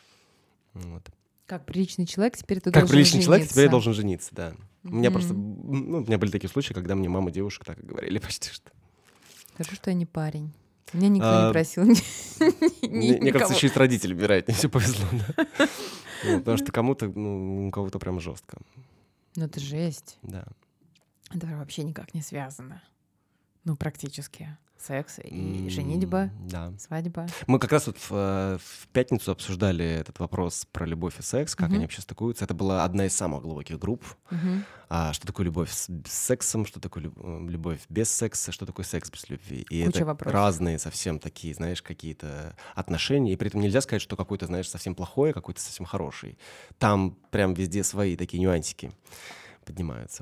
Вот. Как приличный человек, теперь ты Как должен приличный человек, теперь я жениться. должен жениться, да. У меня просто, Мгм. ну, у меня были такие случаи, когда мне мама девушек так и говорили почти что. Скажу, что я не парень. Меня никто А, не просил. ни- ни- Мне, мне кажется, никого. еще и с родителями, вероятнее, все повезло, да. Вот, потому что кому-то, ну, у кого-то прям жестко, Ну это жесть. да. Это вообще никак не связано. Ну, практически. Секс и М, женитьба, Да. свадьба. Мы как раз вот в, э, в пятницу обсуждали этот вопрос про любовь и секс, как Мгм. они вообще стыкуются. Это была одна из самых глубоких групп. Мгм. А что такое любовь с, с сексом, что такое люб- э, любовь без секса, что такое секс без любви. И Куча это вопросов. разные совсем такие, знаешь, какие-то отношения. И при этом нельзя сказать, что какой-то, знаешь, совсем плохой, а какой-то совсем хороший. Там прям везде свои такие нюансики поднимаются.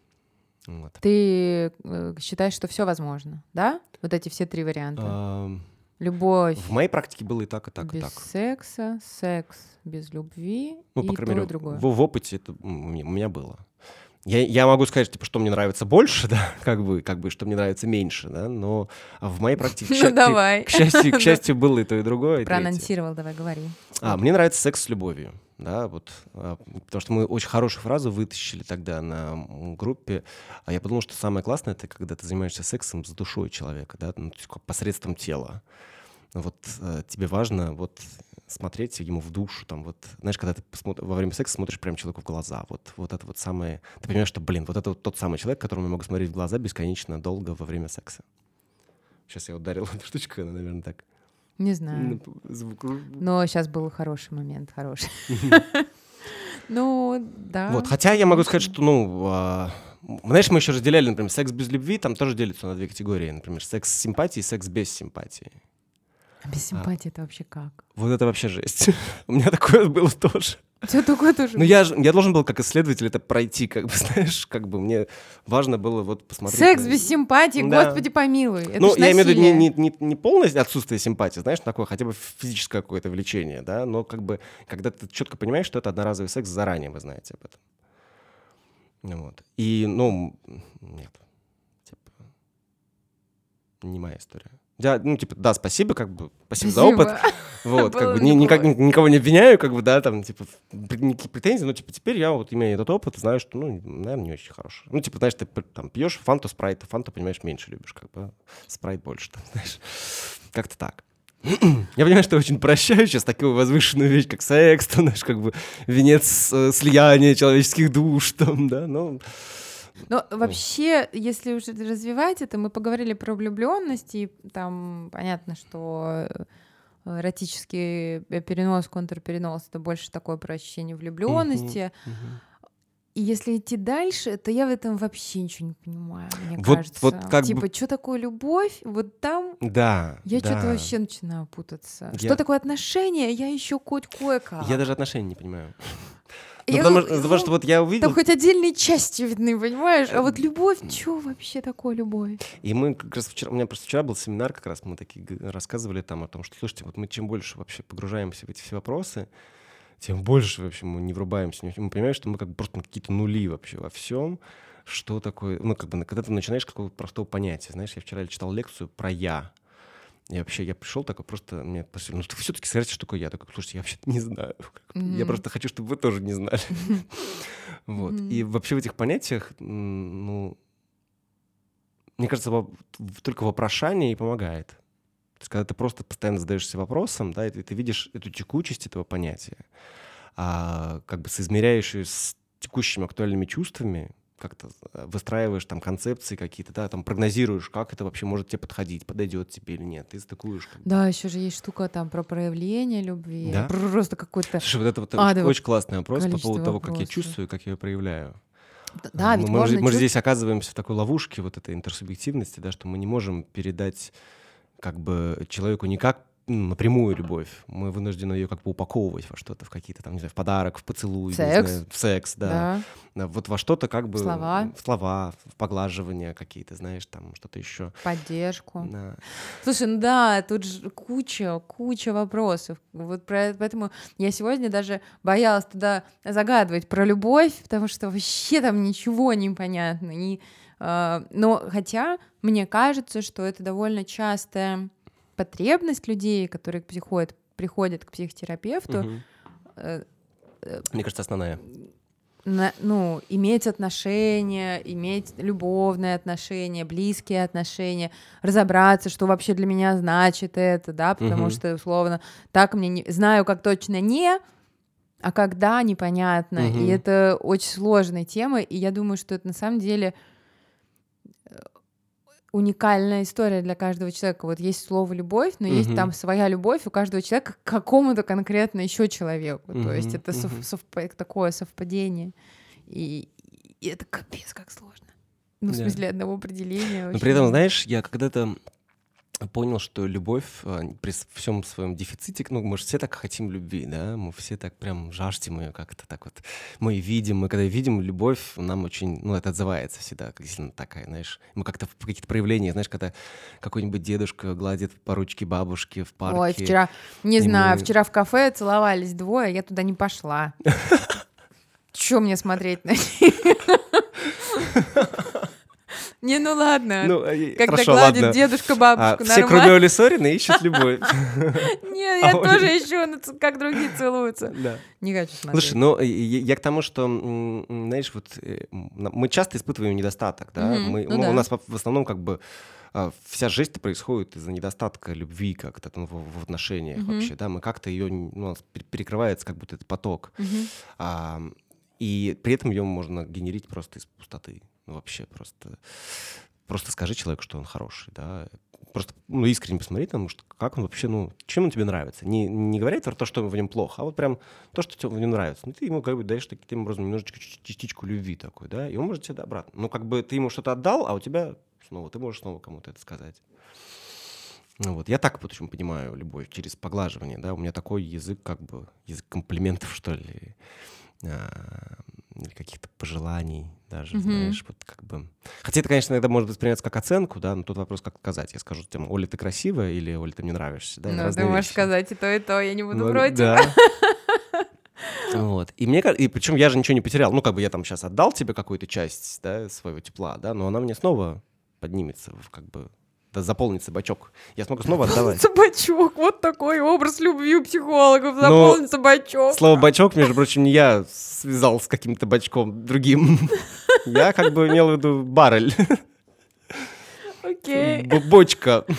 Вот. Ты э, считаешь, что все возможно, да? Вот эти все три варианта. Ам, Любовь В моей практике было и так, и так, и без так. секса, секс без любви Ну, и по крайней то, и мере, другое. в, в опыте это м, у меня у меня было. Я, я могу сказать, типа, что мне нравится больше, да, как бы, как бы, что мне нравится меньше, да, но в моей практике, к Ну, счастью, давай. к счастью, к счастью, было и то, и другое, и третье. Проанонсировал, давай, говори. А, мне нравится секс с любовью, да, вот, а, потому что мы очень хорошую фразу вытащили тогда на м, группе, а я подумал, что самое классное — это когда ты занимаешься сексом с душой человека, да, ну, то есть как посредством тела. Вот э, тебе важно вот смотреть ему в душу, там вот, знаешь, когда ты посмо- во время секса смотришь прям человеку в глаза, вот, вот это вот самое, ты понимаешь, что, блин, вот это вот тот самый человек, которому я могу смотреть в глаза бесконечно долго во время секса. Сейчас я ударил эту штучку, она, наверное, так. Не знаю. ну, звук. Но сейчас был хороший момент, хороший. Ну, да. Вот, хотя я могу сказать, конечно. что, ну, а, м, знаешь, мы еще разделяли, например, секс без любви, там тоже делится на две категории, например, секс с симпатией и секс без симпатии. А без симпатии это вообще как? Вот это вообще жесть. У меня такое было тоже. У тебя такое тоже? Ну, я, же- я должен был как исследователь это пройти, как бы, знаешь, как бы мне важно было вот посмотреть. Секс на- без симпатии, Да. господи помилуй. Это Ну, ж я имею в виду не, насилие. не, не, не полное отсутствие симпатии, знаешь, такое хотя бы физическое какое-то влечение, да, но как бы, когда ты четко понимаешь, что это одноразовый секс, заранее вы знаете об этом. Ну Вот. И, ну, м, нет, типа, не моя история. Я, ну, типа, да, спасибо, как бы, спасибо, за опыт. Вот, как Было бы, ни- никак, неплохо. никого не обвиняю, как бы, да, там, типа, пр- никаких претензий, но, типа, теперь я вот, имея этот опыт, знаю, что, ну, наверное, не очень хороший. Ну, типа, знаешь, ты п- там пьешь фанту, спрайт, фанту, понимаешь, меньше любишь, как бы, спрайт больше, там, знаешь, как-то так. Я понимаю, что очень прощаю сейчас такую возвышенную вещь, как секс, там, знаешь, как бы венец э, слияния человеческих душ, там, да, ну... Но вообще, если уже развивать это, мы поговорили про влюбленность, и там понятно, что эротический перенос, контрперенос — это больше такое про ощущение влюбленности. Мгм, мгм. И если идти дальше, то я в этом вообще ничего не понимаю, мне Вот- кажется. вот как типа, бы- что такое любовь? Вот там Да, я да. что-то вообще начинаю путаться. Я- Что такое отношения? Я еще хоть кое-как. Я даже отношений не понимаю. Ну, Я потому, говорю, что, потому что вот я увидел, Там хоть отдельные части видны, понимаешь? А вот любовь, что вообще такое любовь? и мы как раз вчера, у меня просто вчера был семинар, как раз мы такие г- рассказывали там о том, что, слушайте, вот мы чем больше вообще погружаемся в эти все вопросы, тем больше вообще мы не врубаемся. Мы понимаем, что мы как бы просто на какие-то нули вообще во всем. Что такое, ну, как бы, когда ты начинаешь какого-то простого понятия. Знаешь, я вчера читал лекцию про «я». И вообще я пришел такой просто, мне спросили, ну, ты все-таки скажите, что такое «я». Такой, слушайте, я вообще-то не знаю. Я Мгм. просто хочу, чтобы вы тоже не знали. Вот. Мгм. И вообще в этих понятиях, м, ну, мне кажется, во- в- только вопрошание и помогает. То есть, когда ты просто постоянно задаешься вопросом, да, и ты, ты видишь эту текучесть этого понятия, а как бы соизмеряешь ее с текущими актуальными чувствами, как-то э, выстраиваешь там концепции какие-то, да, там прогнозируешь, как это вообще может тебе подходить, подойдет тебе или нет, ты стыкуешь. Как бы. Да, еще же есть штука там про проявление любви. Да? Просто какой-то... Слушай, вот это вот А, очень, да, очень классный вопрос по количество поводу того, как я вопросов. чувствую, как я ее проявляю. Да, мы, ведь мы же, можно мы же чувств- здесь оказываемся в такой ловушке вот этой интерсубъективности, да, что мы не можем передать как бы человеку никак м, напрямую любовь. Мы вынуждены ее как бы упаковывать во что-то, в какие-то там, не знаю, в подарок, в поцелуй, не Секс. знаю, в секс, да. Да. Да, вот во что-то как бы... слова. В слова, в поглаживания какие-то, знаешь, там что-то еще. Поддержку. Да. Слушай, ну да, тут же куча, куча вопросов. Вот про, поэтому я сегодня даже боялась туда загадывать про любовь, потому что вообще там ничего не понятно. И, э, но хотя мне кажется, что это довольно частая потребность людей, которые приходят, приходят к психотерапевту, Мгм. э, Мне кажется, основная. на- ну, иметь отношения, иметь любовные отношения, близкие отношения, разобраться, что вообще для меня значит это, да, потому Мгм. что, условно, так мне не... знаю, как точно не, а когда непонятно, и Мгм. это очень сложная тема, и я думаю, что это на самом деле э, уникальная история для каждого человека. Вот есть слово «любовь», но есть Мгм. там своя любовь у каждого человека к какому-то конкретно еще человеку. То есть Мгм. это сов- Мгм. совп- такое совпадение. И, и это капец как сложно. Ну, в Да. смысле, одного определения. Но очень при этом, много. знаешь, я когда-то понял, что любовь а, при с- всем своем дефиците, ну, мы же все так хотим любви, да, мы все так прям жаждем ее как-то так вот. Мы видим, мы когда видим любовь, нам очень, ну, это отзывается всегда, как сильно такая, знаешь. Мы как-то в какие-то проявления, знаешь, когда какой-нибудь дедушка гладит по ручке бабушки в парке. Ой, вчера, не и знаю, мы- вчера в кафе целовались двое, я туда не пошла. Чё мне смотреть на них? Не, ну ладно. Ну, э, Когда хорошо, гладит ладно. дедушка А, бабушку, все, кроме нормально. Оли Сорина, ищут любовь. Нет, А я Оля- тоже ищу, ну, ц- как другие целуются. Да. Не хочу смотреть. Слушай, ну э, я я к тому, что, м, м, знаешь, вот э, м, на- мы часто испытываем недостаток, да, Мгм, мы, ну ну, да. у нас в в основном как бы а, вся жизнь происходит из-за недостатка любви как-то ну, в, в отношениях Мгм. вообще, да, мы как-то ее, ну, у нас пер- перекрывается как будто этот поток, Мгм. А, и при этом ее можно генерить просто из пустоты, ну, вообще просто, просто скажи человеку, что он хороший, да, просто ну, искренне посмотри, потому что как он вообще, ну, чем он тебе нравится. Не, не говорить про то, что в нем плохо, а вот прям то, что тебе в нем нравится. Ну, ты ему как бы даешь таким образом немножечко чуть- частичку любви такой, да, и он может тебе обратно. Ну, как бы ты ему что-то отдал, а у тебя снова, ты можешь снова кому-то это сказать. Ну, вот. Я так вот очень понимаю любовь через поглаживание, да, у меня такой язык, как бы, язык комплиментов, что ли, а, или каких-то пожеланий даже, Мгм. знаешь, вот как бы... Хотя это, конечно, иногда может восприниматься как оценку, да, но тут вопрос, как сказать. Я скажу тебе, Оля, ты красивая или Оля, ты мне нравишься, да, это Ну, ты разные можешь вещи. сказать и то, и то, я не буду Ну, против. да. Вот. И мне ка- и причем я же ничего не потерял. Ну, как бы я там сейчас отдал тебе какую-то часть, да, своего тепла, да, но она мне снова поднимется, в как бы, да, заполнится бачок. Я смогу снова отдавать. Бачок, вот такой образ любви у психологов, Ну, заполнится бачок. Слово «бачок», между прочим, не я связал с каким-то бачком другим. Я как бы имел в виду баррель, Окей, б- бочка.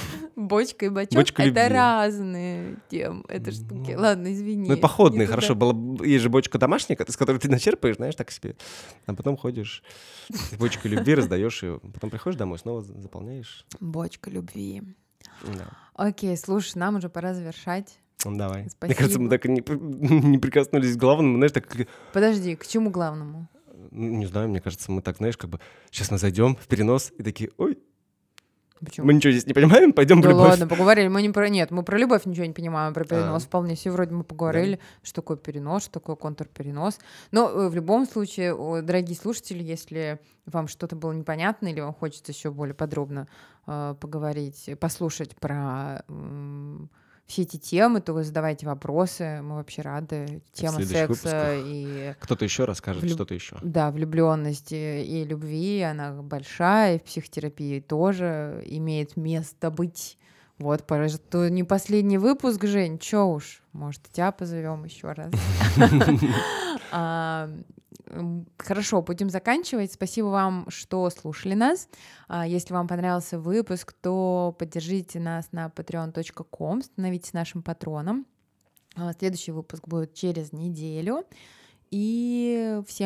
Бочка и бачок Бочка это любви. разные темы, это штуки. Ну, Ладно, извини. Ну, и походные, не туда. хорошо. Была, есть же бочка домашняя, с которой ты начерпаешь, знаешь, так себе. А потом ходишь с бочкой любви, раздаешь ее. Потом приходишь домой, снова заполняешь. Бочка любви. Да. Окей, слушай, нам уже пора завершать. Ну, давай. Спасибо. Мне кажется, мы так и не, не прикоснулись к главному, знаешь, так... Подожди, к чему главному? Не знаю, мне кажется, мы так, знаешь, как бы сейчас мы зайдем в перенос и такие, ой, Почему? мы ничего здесь не понимаем, пойдем в Да любовь. ладно, поговорили. Мы не про... Нет, мы про любовь ничего не понимаем, про перенос А. вполне себе вроде мы поговорили, что такое перенос, что такое контрперенос. Но э, в любом случае, о, дорогие слушатели, если вам что-то было непонятно или вам хочется еще более подробно э, поговорить, послушать про м, все эти темы, то вы задавайте вопросы, мы вообще рады. Тема следующих секса и Кто-то еще расскажет, Влюб- что-то еще. да, влюбленности и любви, она большая, и в психотерапии тоже имеет место быть. Вот, пора же- то не последний выпуск, Жень, чё уж, может, и тебя позовем еще раз. А, м, Хорошо, будем заканчивать. Спасибо вам, что слушали нас. А, Если вам понравился выпуск, то поддержите нас на patreon точка com, становитесь нашим патроном. А, Следующий выпуск будет через неделю. И всем